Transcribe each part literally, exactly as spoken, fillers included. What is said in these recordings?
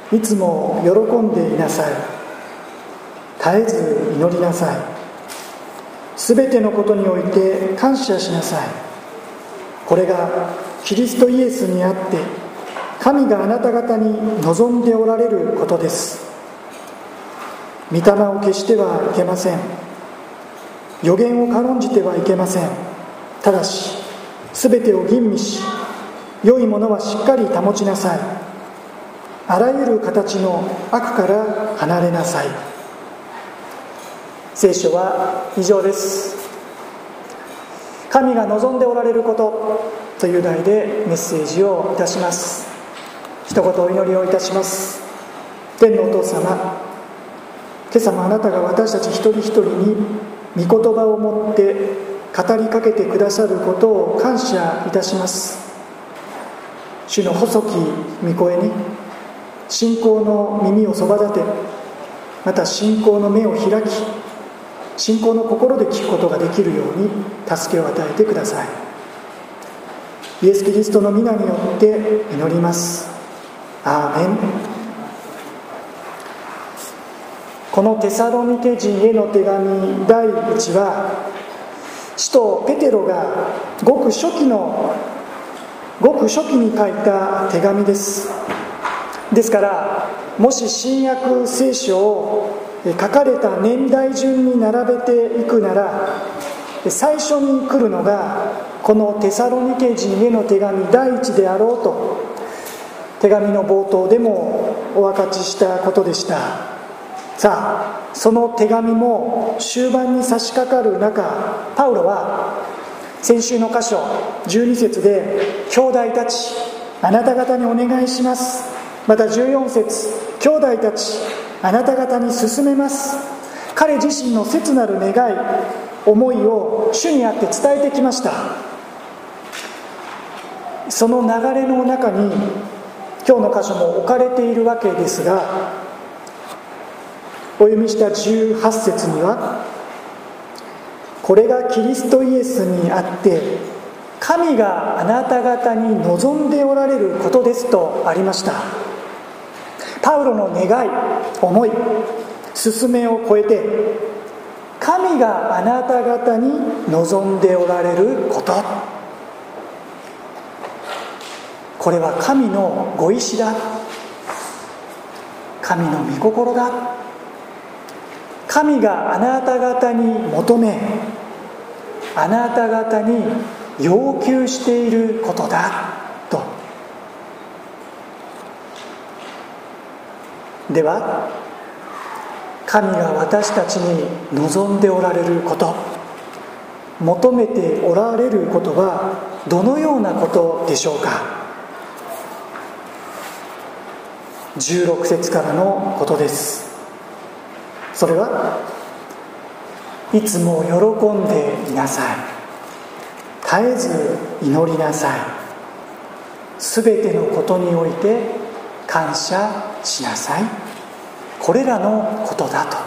いつも喜んでいなさい。絶えず祈りなさい。すべてのことにおいて感謝しなさい。これがキリストイエスにあって神があなた方に望んでおられることです。御霊を決してはいけません。預言を軽んじてはいけません。ただしすべてを吟味し、良いものはしっかり保ちなさい。あらゆる形の悪から離れなさい。聖書は以上です。神が望んでおられることという題でメッセージをいたします。一言お祈りをいたします。天のお父様、今朝もあなたが私たち一人一人に御言葉を持って語りかけてくださることを感謝いたします。主の細き御声に信仰の耳をそば立て、また信仰の目を開き、信仰の心で聞くことができるように助けを与えてください。イエス・キリストの皆によって祈ります。アーメン。このテサロニケ人への手紙だいいちは、使徒ペテロがごく初期のごく初期に書いた手紙です。ですから、もし新約聖書を書かれた年代順に並べていくなら、最初に来るのがこのテサロニケ人への手紙だいいちであろうと、手紙の冒頭でもお分かちしたことでした。さあ、その手紙も終盤に差し掛かる中、パウロは先週の箇所じゅうに節で、兄弟たちあなた方にお願いします、またじゅうよん節、兄弟たちあなた方に勧めます、彼自身の切なる願い思いを主にあって伝えてきました。その流れの中に今日の箇所も置かれているわけですが、お読みしたじゅうはち節には、これがキリストイエスにあって神があなた方に望んでおられることですとありました。パウロの願い、思い、勧めを超えて、神があなた方に望んでおられること、これは神のご意志だ、神の御心だ、神があなた方に求め、あなた方に要求していることだと。では、神が私たちに望んでおられること、求めておられることはどのようなことでしょうか。じゅうろく節からのことです。それは、いつも喜んでいなさい。絶えず祈りなさい。すべてのことにおいて感謝しなさい。これらのことだと。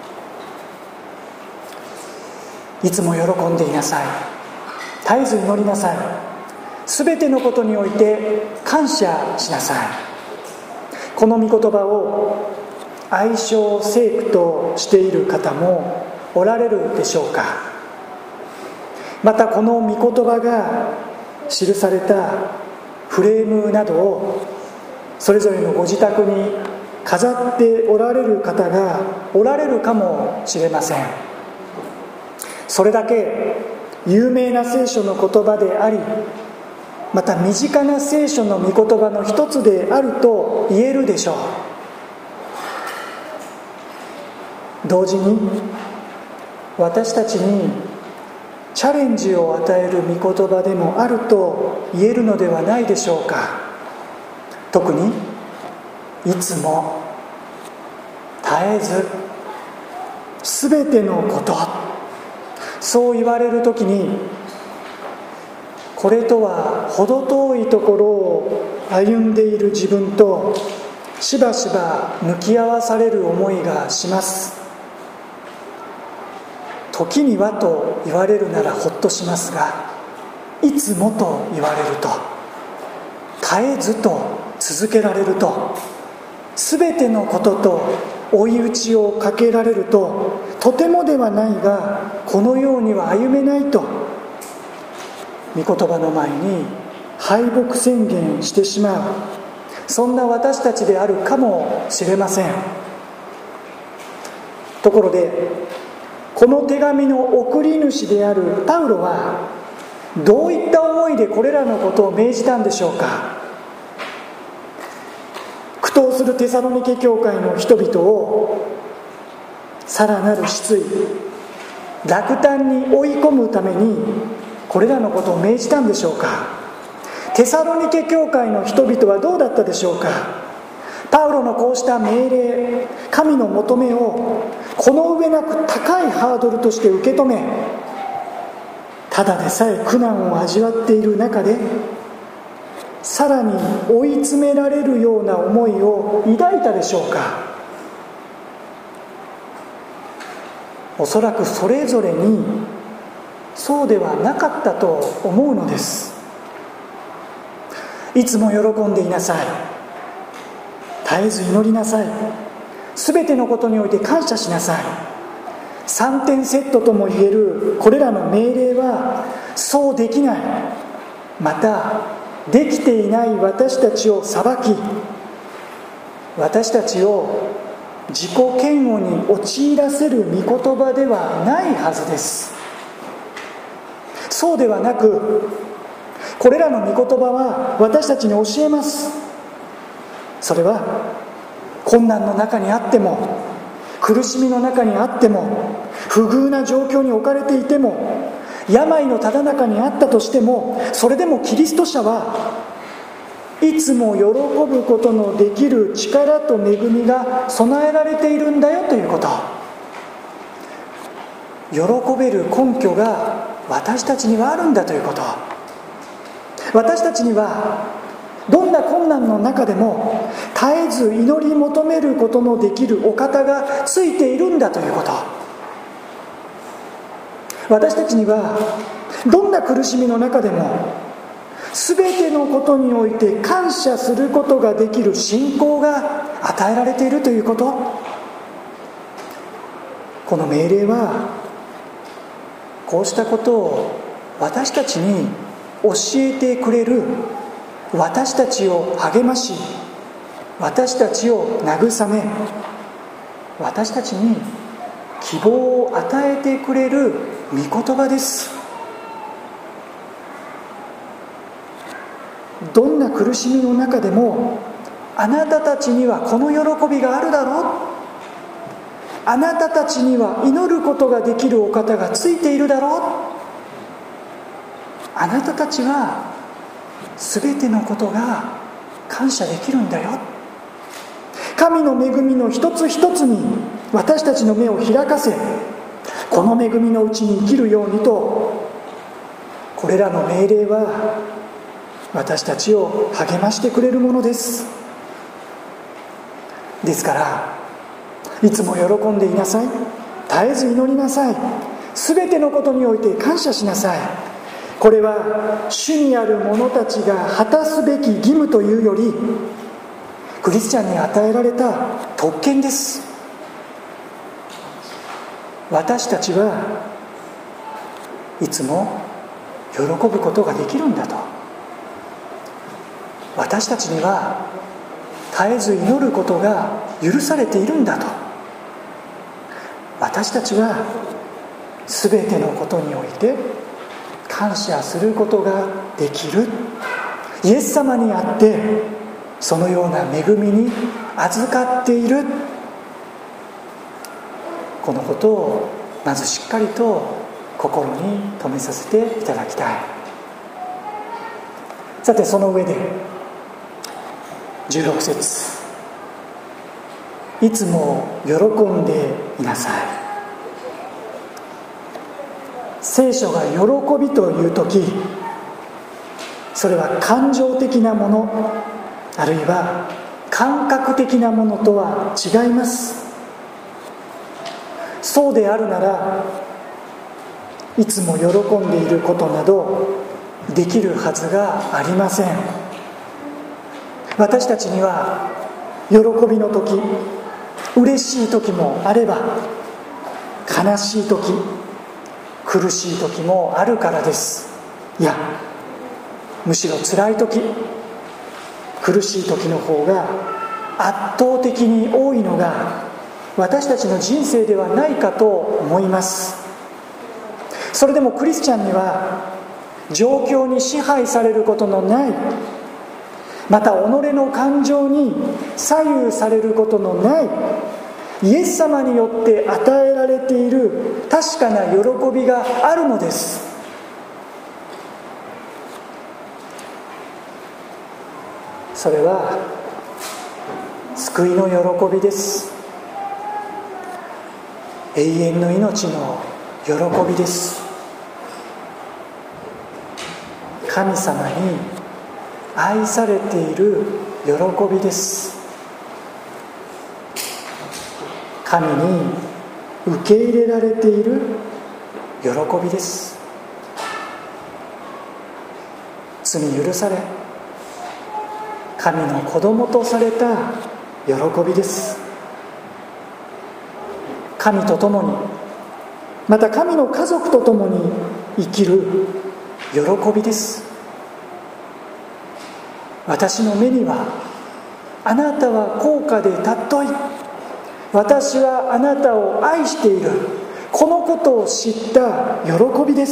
いつも喜んでいなさい。絶えず祈りなさい。すべてのことにおいて感謝しなさい。この御言葉を愛称聖句としている方もおられるでしょうか。またこの御言葉が記されたフレームなどをそれぞれのご自宅に飾っておられる方がおられるかもしれません。それだけ有名な聖書の言葉であり、また身近な聖書の御言葉の一つであると言えるでしょう。同時に私たちにチャレンジを与える御言葉でもあると言えるのではないでしょうか。特にいつも、絶えず、すべてのこと、そう言われるときに、これとは程遠いところを歩んでいる自分としばしば向き合わされる思いがします。時にはと言われるならほっとしますが、いつもと言われると、絶えずと続けられると、 すべてのことと追い打ちをかけられると、とてもではないがこのようには歩めないと、御言葉の前に敗北宣言してしまう、そんな私たちであるかもしれません。ところで、この手紙の送り主であるパウロはどういった思いでこれらのことを命じたんでしょうか。苦闘するテサロニケ教会の人々をさらなる失意、落胆に追い込むためにこれらのことを命じたんでしょうか。テサロニケ教会の人々はどうだったでしょうか。パウロのこうした命令、神の求めをこの上なく高いハードルとして受け止め、ただでさえ苦難を味わっている中で、さらに追い詰められるような思いを抱いたでしょうか。おそらくそれぞれにそうではなかったと思うのです。いつも喜んでいなさい、絶えず祈りなさい、すべてのことにおいて感謝しなさい、さんてんセットとも言えるこれらの命令は、そうできない、またできていない私たちを裁き、私たちを自己嫌悪に陥らせる御言葉ではないはずです。そうではなく、これらの御言葉は私たちに教えます。それは困難の中にあっても、苦しみの中にあっても、不遇な状況に置かれていても、病のただ中にあったとしても、それでもキリスト者はいつも喜ぶことのできる力と恵みが備えられているんだよということ、喜べる根拠が私たちにはあるんだということ、私たちにはどんな困難の中でも絶えず祈り求めることのできるお方がついているんだということ、私たちにはどんな苦しみの中でも全てのことにおいて感謝することができる信仰が与えられているということ、この命令はこうしたことを私たちに教えてくれる、私たちを励まし、私たちを慰め、私たちに希望を与えてくれる御言葉です。どんな苦しみの中でも、あなたたちにはこの喜びがあるだろう、あなたたちには祈ることができるお方がついているだろう、あなたたちは全てのことが感謝できるんだよ。神の恵みの一つ一つに私たちの目を開かせ、この恵みのうちに生きるようにと、これらの命令は私たちを励ましてくれるものです。ですから、いつも喜んでいなさい、絶えず祈りなさい、すべてのことにおいて感謝しなさい。これは主にある者たちが果たすべき義務というより、クリスチャンに与えられた特権です。私たちはいつも喜ぶことができるんだと、私たちには絶えず祈ることが許されているんだと、私たちは全てのことにおいて感謝することができる、イエス様にあってそのような恵みに預かっている、このことをまずしっかりと心に留めさせていただきたい。さて、その上でじゅうろく節、いつも喜んでいなさい。聖書が喜びというとき、それは感情的なもの、あるいは感覚的なものとは違います。そうであるなら、いつも喜んでいることなどできるはずがありません。私たちには喜びの時、嬉しい時もあれば、悲しい時、苦しい時もあるからです。いや、むしろ辛い時、苦しい時の方が圧倒的に多いのが私たちの人生ではないかと思います。それでもクリスチャンには状況に支配されることのない、また己の感情に左右されることのないイエス様によって与えられている確かな喜びがあるのです。それは救いの喜びです。永遠の命の喜びです。神様に愛されている喜びです。神に受け入れられている喜びです。罪許され、神の子供とされた喜びです。神と共に、また神の家族と共に生きる喜びです。私の目にはあなたは高価で尊い、私はあなたを愛している、このことを知った喜びです。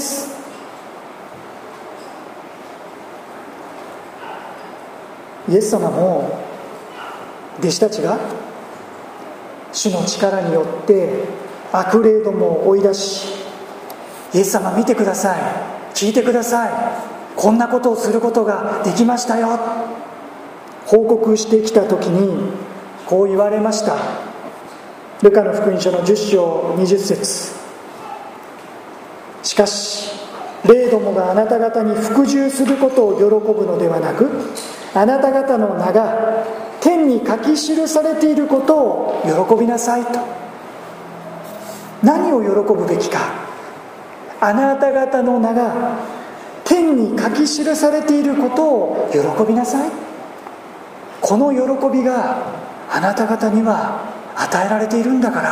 イエス様も弟子たちが主の力によって悪霊どもを追い出し、イエス様見てください、聞いてください、こんなことをすることができましたよ、報告してきた時にこう言われました。ルカの福音書のじゅっ章にじゅっ節、しかし霊どもがあなた方に服従することを喜ぶのではなく、あなた方の名が天に書き記されていることを喜びなさいと。何を喜ぶべきか。あなた方の名が天に書き記されていることを喜びなさい。この喜びがあなた方には与えられているんだから。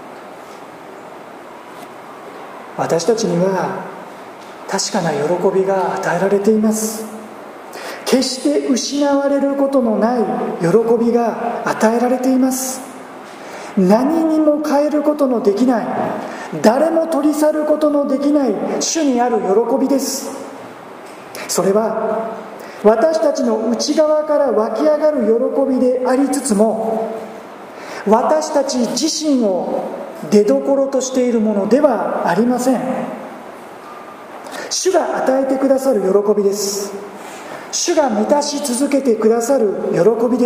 私たちには確かな喜びが与えられています。決して失われることのない喜びが与えられています。何にも変えることのできない、誰も取り去ることのできない主にある喜びです。それは私たちの内側から湧き上がる喜びでありつつも、私たち自身を出どころとしているものではありません。主が与えてくださる喜びです。主が満たし続けてくださる喜びです。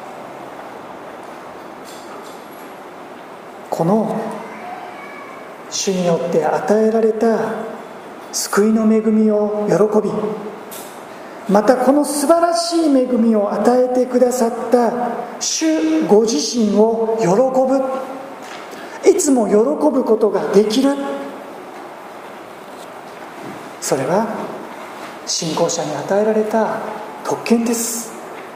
この主によって与えられた救いの恵みを喜び、またこの素晴らしい恵みを与えてくださった主ご自身を喜ぶ、いつも喜ぶことができる。それは信仰者に与えられた特権です。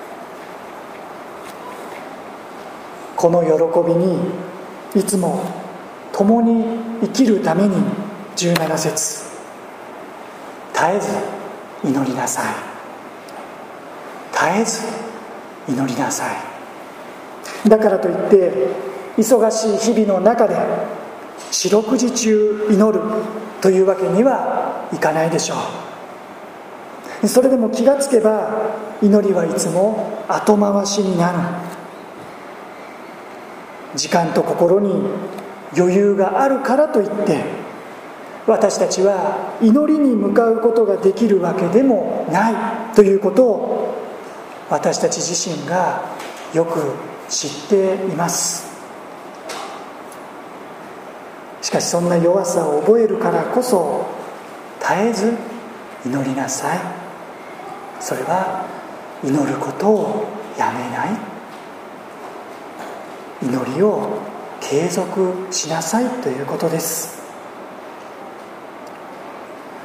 この喜びにいつも共に生きるために、じゅうなな節、絶えず祈りなさい、絶えず祈りなさい。だからといって忙しい日々の中で四六時中祈るというわけにはいかないでしょう。それでも気がつけば祈りはいつも後回しになる。時間と心に余裕があるからといって私たちは祈りに向かうことができるわけでもないということを私たち自身がよく知っています。しかしそんな弱さを覚えるからこそ絶えず祈りなさい。それは祈ることをやめない、祈りを継続しなさいということです。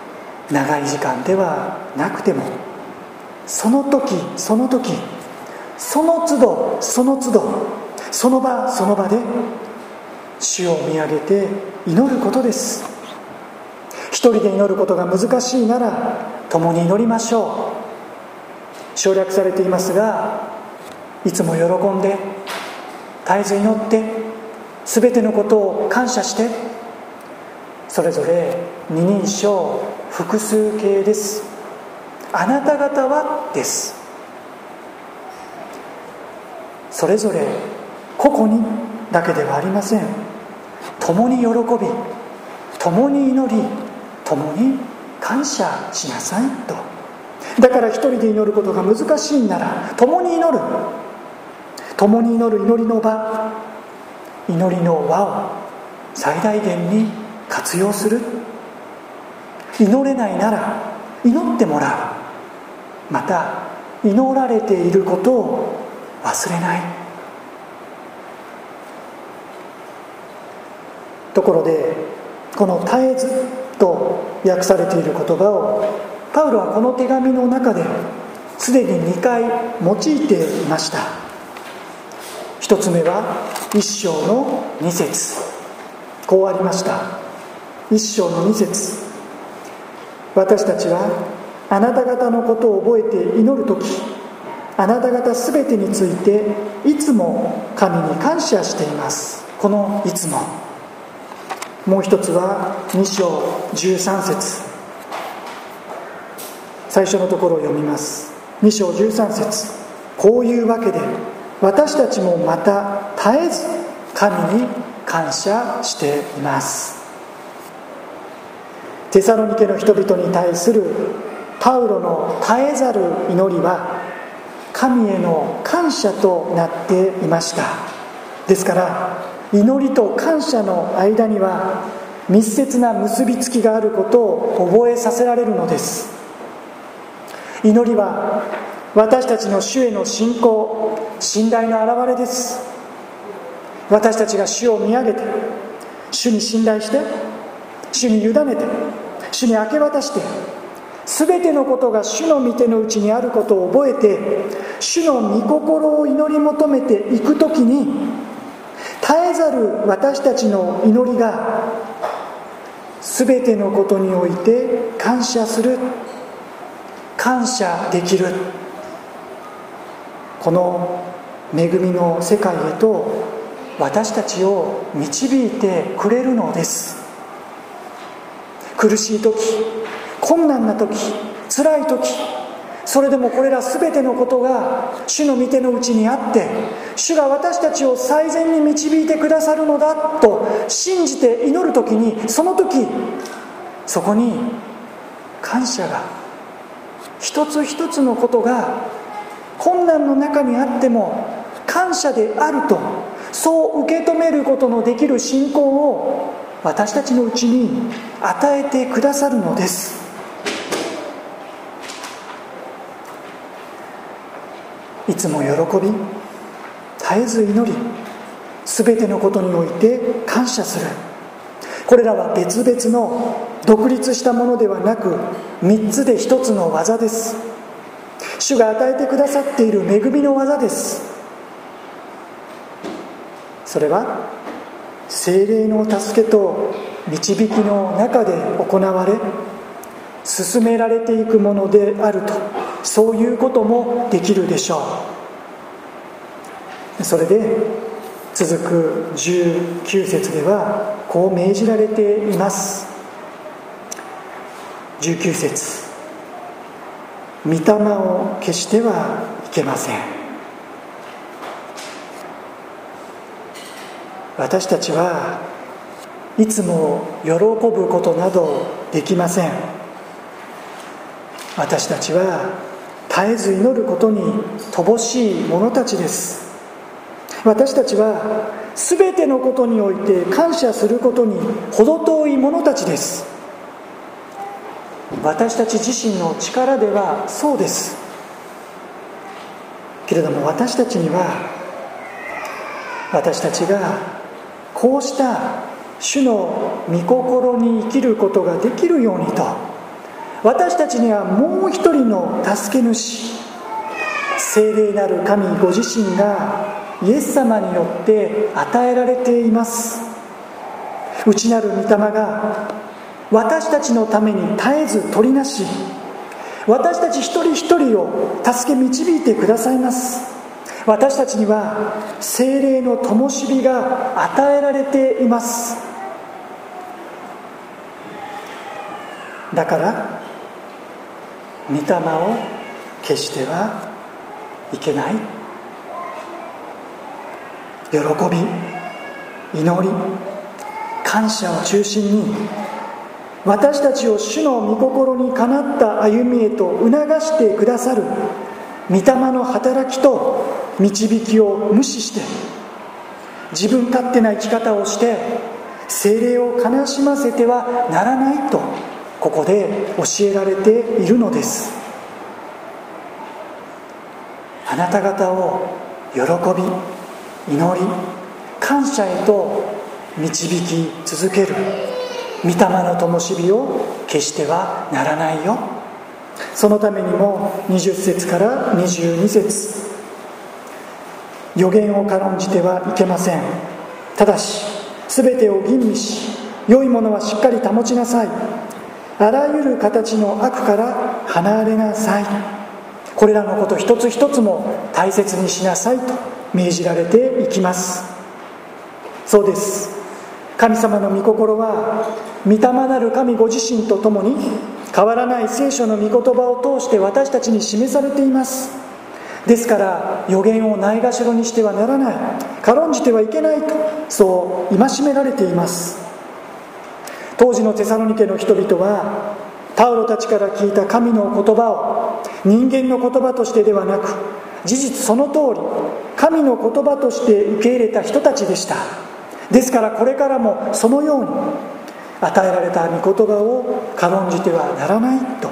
長い時間ではなくてもその時その時その都度その都度その場その場で主を見上げて祈ることです。一人で祈ることが難しいなら共に祈りましょう。省略されていますが、いつも喜んで絶えず祈って全てのことを感謝して、それぞれ二人称複数形です。あなた方はです。それぞれ個々にだけではありません。共に喜び、共に祈り、共に感謝しなさいと。だから一人で祈ることが難しいなら共に祈る、共に祈る祈りの場、祈りの輪を最大限に活用する。祈れないなら祈ってもらう。また祈られていることを忘れない。ところで、この絶えずと訳されている言葉をパウロはこの手紙の中ですでににかい用いていました。一つ目は一章の二節、こうありました。一章の二節、私たちはあなた方のことを覚えて祈るとき、あなた方すべてについていつも神に感謝しています。このいつも。もう一つはに章じゅうさん節、最初のところを読みます。に章じゅうさん節、こういうわけで私たちもまた絶えず神に感謝しています。テサロニケの人々に対するパウロの絶えざる祈りは神への感謝となっていました。ですから祈りと感謝の間には密接な結びつきがあることを覚えさせられるのです。祈りは私たちの主への信仰、信頼の表れです。私たちが主を見上げて、主に信頼して、主に委ねて、主に明け渡して、全てのことが主の御手のうちにあることを覚えて、主の御心を祈り求めていくときに、絶えざる私たちの祈りが全てのことにおいて感謝する、感謝できる、この恵みの世界へと私たちを導いてくれるのです。苦しい時、困難な時、辛い時、それでもこれら全てのことが主の御手のうちにあって、主が私たちを最善に導いてくださるのだと信じて祈るときに、その時そこに感謝が、一つ一つのことが困難の中にあっても感謝であると、そう受け止めることのできる信仰を私たちのうちに与えてくださるのです。いつも喜び、絶えず祈り、すべてのことにおいて感謝する。これらは別々の独立したものではなく、三つで一つの技です。主が与えてくださっている恵みの技です。それは聖霊の助けと導きの中で行われ、進められていくものであると、そういうこともできるでしょう。それで続くじゅうきゅう節ではこう命じられています。じゅうきゅう節、御霊を消してはいけません。私たちはいつも喜ぶことなどできません。私たちは絶えず祈ることに乏しい者たちです。私たちは全てのことにおいて感謝することに程遠い者たちです。私たち自身の力ではそうです。けれども私たちには、私たちがこうした主の御心に生きることができるようにと、私たちにはもう一人の助け主、 聖霊なる神ご自身がイエス様によって与えられています。内なる御霊が私たちのために絶えず取りなし、私たち一人一人を助け導いてくださいます。私たちには聖霊の灯火が与えられています。だから御霊を消してはいけない。喜び、祈り、感謝を中心に私たちを主の御心にかなった歩みへと促してくださる御霊の働きと導きを無視して自分勝手な生き方をして聖霊を悲しませてはならないとここで教えられているのです。あなた方を喜び、祈り、感謝へと導き続ける御霊の灯火を消してはならないよ。そのためにもにじゅっ節からにじゅうに節、預言を軽んじてはいけません。ただしすべてを吟味し、良いものはしっかり保ちなさい。あらゆる形の悪から離れなさい。これらのこと一つ一つも大切にしなさいと命じられていきます。そうです。神様の御心は御霊なる神ご自身と共に変わらない聖書の御言葉を通して私たちに示されています。ですから預言をないがしろにしてはならない、軽んじてはいけないとそう戒められています。当時のテサロニケの人々はパウロたちから聞いた神の言葉を人間の言葉としてではなく、事実その通り神の言葉として受け入れた人たちでした。ですからこれからもそのように与えられた御言葉を軽んじてはならないと。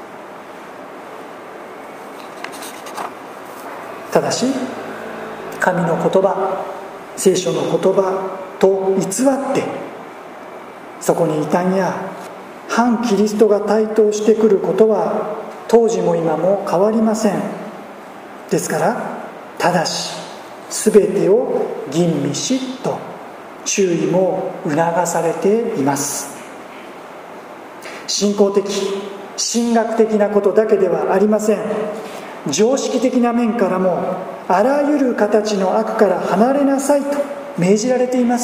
ただし神の言葉、聖書の言葉と偽ってそこに異端や反キリストが台頭してくることは当時も今も変わりません。ですからただし全てを吟味しと注意も促されています。信仰的、神学的なことだけではありません。常識的な面からもあらゆる形の悪から離れなさいと命じられています。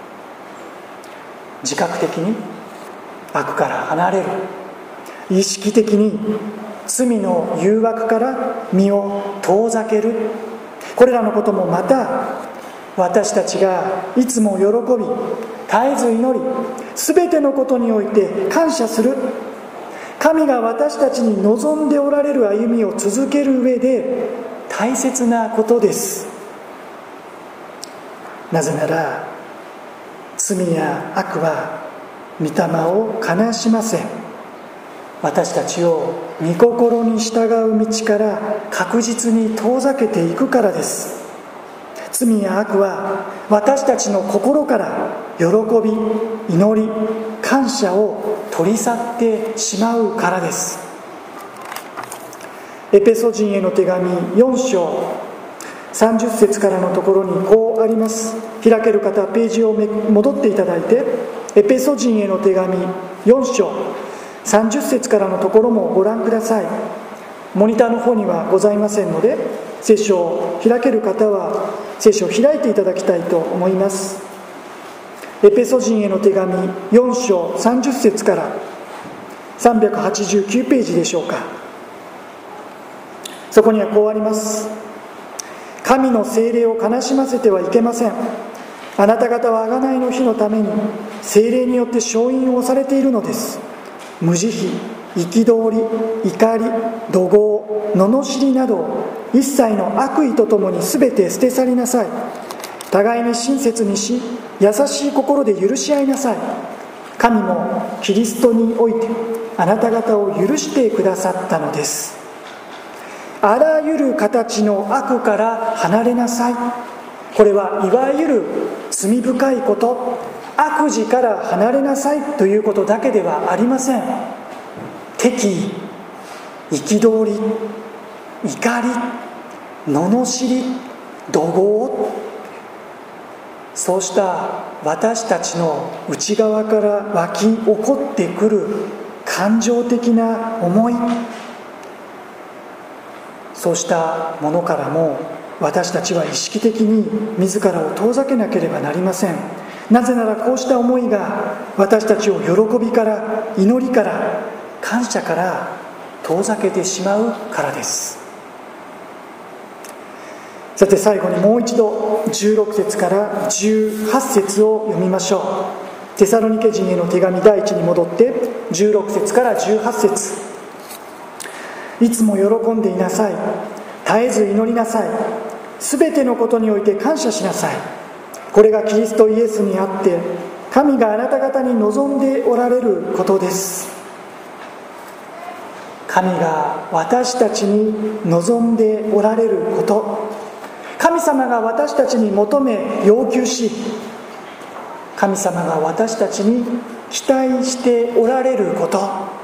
自覚的に悪から離れる、意識的に罪の誘惑から身を遠ざける、これらのこともまた私たちがいつも喜び絶えず祈り、全てのことにおいて感謝する、神が私たちに望んでおられる歩みを続ける上で大切なことです。なぜなら罪や悪は御霊を悲しませ、私たちを御心に従う道から確実に遠ざけていくからです。罪や悪は私たちの心から喜び、祈り、感謝を取り去ってしまうからです。エペソ人への手紙よん章さんじゅっ節からのところにこうあります。開ける方はページを戻っていただいて、エペソ人への手紙よん章さんじゅっ節からのところもご覧ください。モニターの方にはございませんので、聖書を開ける方は聖書を開いていただきたいと思います。エペソ人への手紙よん章さんじゅっ節からさんびゃくはちじゅうきゅうページでしょうか。そこにはこうあります。神の聖霊を悲しませてはいけません。あなた方は贖いの日のために聖霊によって承認をされているのです。無慈悲、憤り、怒り、怒号、罵りなど一切の悪意とともに全て捨て去りなさい。互いに親切にし、優しい心で許し合いなさい。神もキリストにおいてあなた方を許してくださったのです。あらゆる形の悪から離れなさい。これはいわゆる罪深いこと、悪事から離れなさいということだけではありません。敵意、憤り、怒り、 罵り、怒号、そうした私たちの内側から湧き起こってくる感情的な思い、そうしたものからも私たちは意識的に自らを遠ざけなければなりません。なぜならこうした思いが私たちを喜びから、祈りから、感謝から遠ざけてしまうからです。さて最後にもう一度じゅうろく節からじゅうはち節を読みましょう。テサロニケ人への手紙第一に戻ってじゅうろく節からじゅうはち節。いつも喜んでいなさい。絶えず祈りなさい。すべてのことにおいて感謝しなさい。これがキリストイエスにあって神があなた方に望んでおられることです。神が私たちに望んでおられること、神様が私たちに求め要求し、神様が私たちに期待しておられること、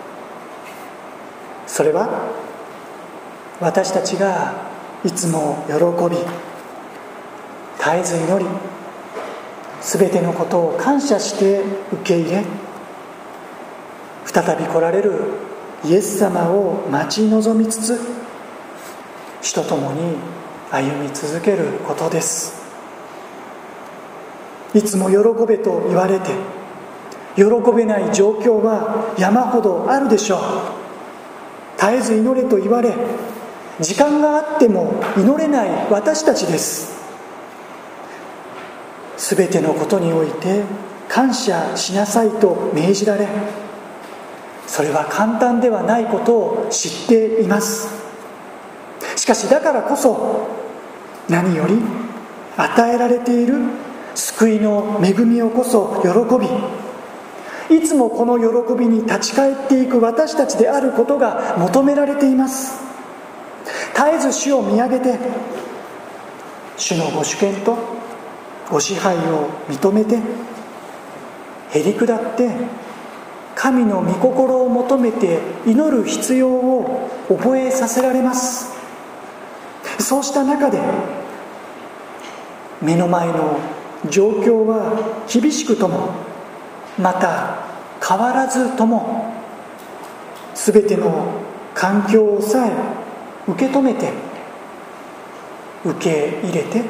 それは私たちがいつも喜び、絶えず祈り、すべてのことを感謝して受け入れ、再び来られるイエス様を待ち望みつつ、主と共に歩み続けることです。いつも喜べと言われて喜べない状況は山ほどあるでしょう。絶えず祈れと言われ、時間があっても祈れない私たちです。すべてのことにおいて感謝しなさいと命じられ、それは簡単ではないことを知っています。しかしだからこそ何より与えられている救いの恵みをこそ喜び、いつもこの喜びに立ち返っていく私たちであることが求められています。絶えず主を見上げて、主のご主権とご支配を認めて、へり下って神の御心を求めて祈る必要を覚えさせられます。そうした中で目の前の状況は厳しくとも、また変わらずとも、すべての環境をさえ受け止めて受け入れて、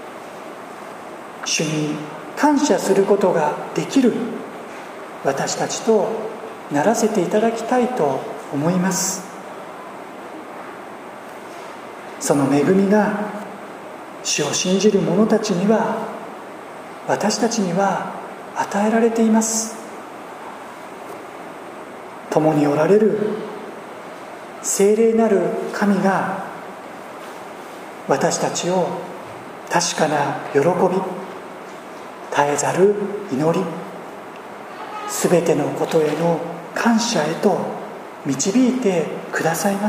主に感謝することができる私たちとならせていただきたいと思います。その恵みが主を信じる者たちには、私たちには与えられています。共におられる聖霊なる神が私たちを確かな喜び、絶えざる祈り、すべてのことへの感謝へと導いてくださいます。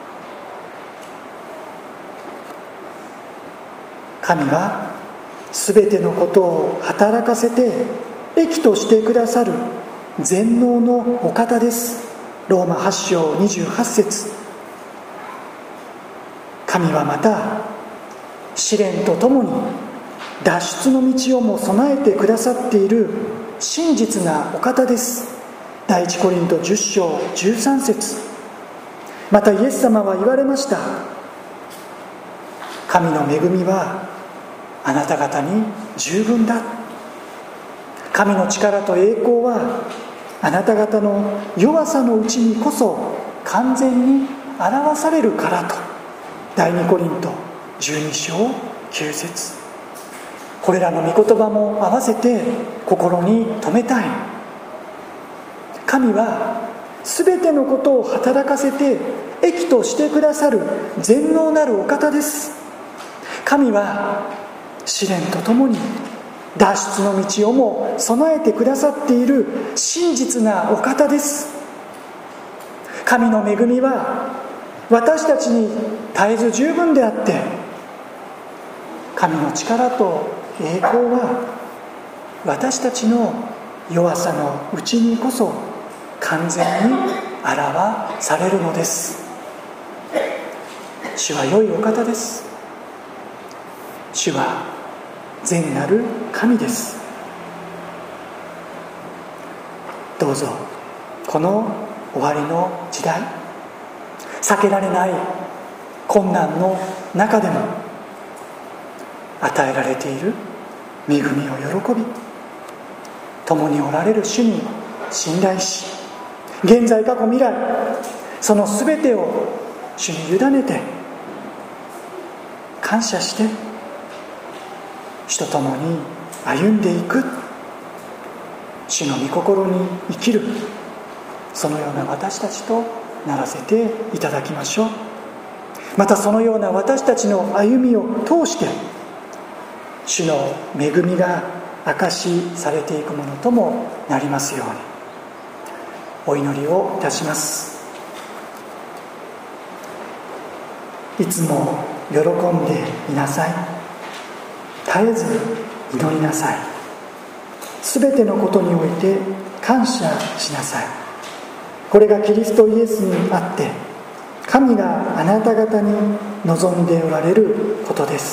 神はすべてのことを働かせて益としてくださる全能のお方です。ローマはち章にじゅうはち節。神はまた試練とともに脱出の道をも備えてくださっている真実なお方です。第一コリントじゅっ章じゅうさん節。またイエス様は言われました。神の恵みはあなた方に十分だ。神の力と栄光はあなた方の弱さのうちにこそ完全に表されるからと。第二コリントじゅうに章きゅう節。これらの御言葉も合わせて心に留めたい。神はすべてのことを働かせて益としてくださる全能なるお方です。神は試練とともに脱出の道をも備えてくださっている真実なお方です。神の恵みは私たちに絶えず十分であって、神の力と栄光は私たちの弱さのうちにこそ完全に表されるのです。 主は良いお方です。主は善なる神です。どうぞこの終わりの時代、避けられない困難の中でも与えられている恵みを喜び、共におられる主に信頼し、現在過去未来その全てを主に委ねて感謝して主と共に歩んでいく、主の御心に生きる、そのような私たちとならせていただきましょう。またそのような私たちの歩みを通して主の恵みが証しされていくものともなりますようにお祈りをいたします。いつも喜んでいなさい。絶えず祈りなさい。すべてのことにおいて感謝しなさい。これがキリストイエスにあって神があなた方に望んでおられることです。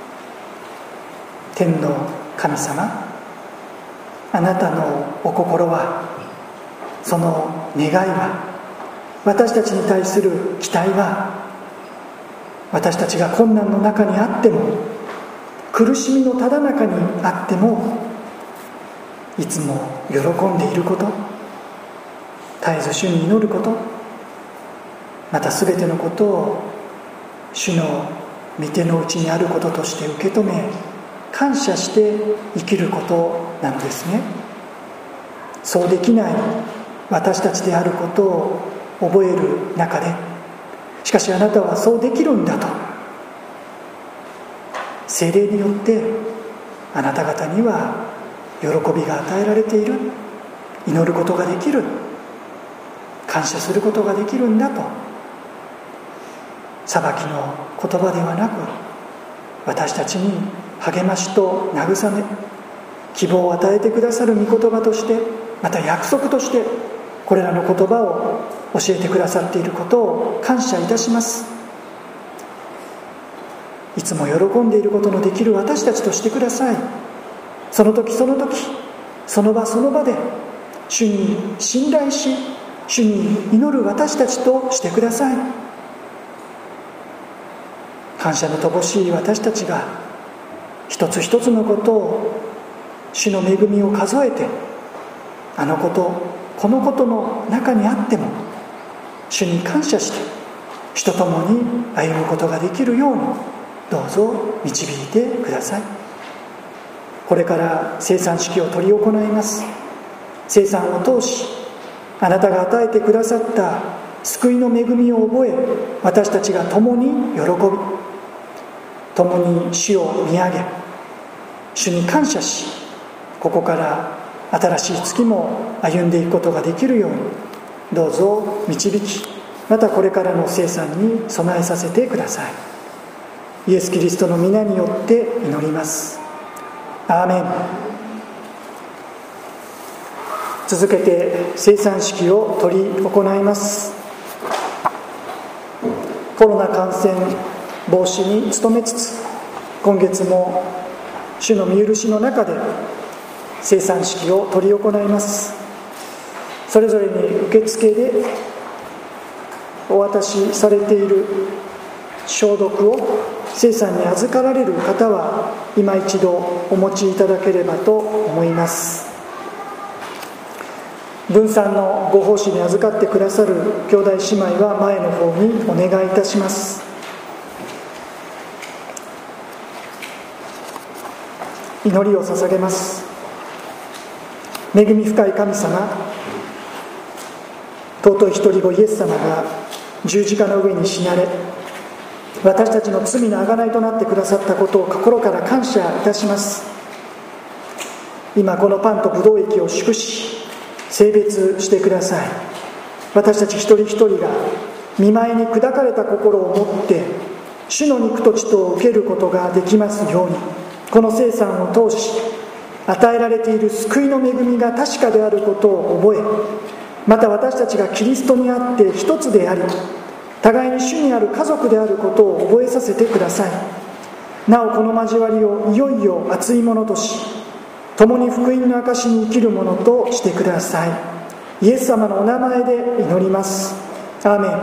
天の神様、あなたのお心は、その願いは、私たちに対する期待は、私たちが困難の中にあっても、苦しみのただ中にあっても、いつも喜んでいること、絶えず主に祈ること、またすべてのことを主の御手の内にあることとして受け止め、感謝して生きることなのですね。そうできない私たちであることを覚える中で、しかしあなたはそうできるんだと、聖霊によってあなた方には喜びが与えられている、祈ることができる、感謝することができるんだと、裁きの言葉ではなく私たちに励ましと慰め、希望を与えてくださる御言葉として、また約束としてこれらの言葉を教えてくださっていることを感謝いたします。いつも喜んでいることのできる私たちとしてください。その時その時、その場その場で主に信頼し、主に祈る私たちとしてください。感謝の乏しい私たちが一つ一つのことを主の恵みを数えて、あのことこのことの中にあっても主に感謝して主と共に歩むことができるようにどうぞ導いてください。これから聖餐式を執り行います。聖餐を通しあなたが与えてくださった救いの恵みを覚え、私たちが共に喜び、共に主を見上げ、主に感謝し、ここから新しい月も歩んでいくことができるようにどうぞ導き、またこれからの聖餐に備えさせてください。イエス・キリストの皆によって祈ります。アーメン。続けて聖餐式を執り行います。コロナ感染防止に努めつつ、今月も主の見許しの中で聖餐式を執り行います。それぞれに受付でお渡しされている消毒を聖餐に預かられる方は今一度お持ちいただければと思います。分散のご奉仕に預かってくださる兄弟姉妹は前の方にお願いいたします。祈りを捧げます。恵み深い神様、尊い一人子イエス様が十字架の上に死なれ、私たちの罪の贖いとなってくださったことを心から感謝いたします。今このパンとブドウ液を祝し聖別してください。私たち一人一人が御前に砕かれた心を持って主の肉と血とを受けることができますように、この聖餐を通し与えられている救いの恵みが確かであることを覚え、また私たちがキリストにあって一つであり、 互いに主にある家族であることを覚えさせてください。なおこの交わりをいよいよ熱いものとし、共に福音の証に生きるものとしてください。イエス様のお名前で祈ります。アーメン。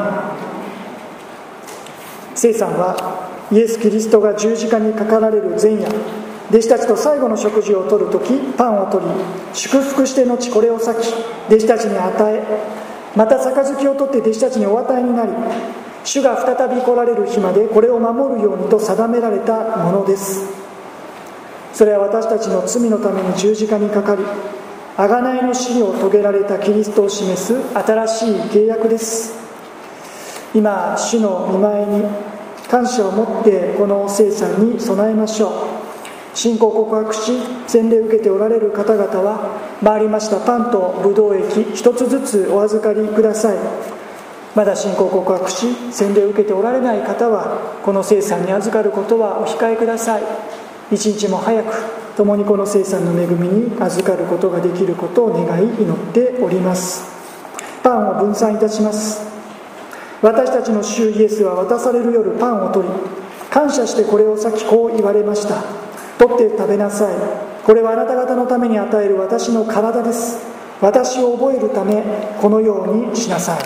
聖餐はイエス・キリストが十字架にかかられる前夜、弟子たちと最後の食事をとるとき、パンを取り祝福して後これを裂き弟子たちに与え、また杯を取って弟子たちにお与えになり、主が再び来られる日までこれを守るようにと定められたものです。それは私たちの罪のために十字架にかかり、贖いの死を遂げられたキリストを示す新しい契約です。今主の御前に感謝を持ってこの聖餐に備えましょう。信仰告白し洗礼を受けておられる方々は、回りましたパンとブドウ液一つずつお預かりください。まだ信仰告白し洗礼を受けておられない方は、この聖餐に預かることはお控えください。一日も早く共にこの聖餐の恵みに預かることができることを願い祈っております。パンを分散いたします。私たちの主イエスは渡される夜パンを取り、感謝してこれを裂きこう言われました。取って食べなさい。これはあなた方のために与える私の体です。私を覚えるためこのようにしなさい。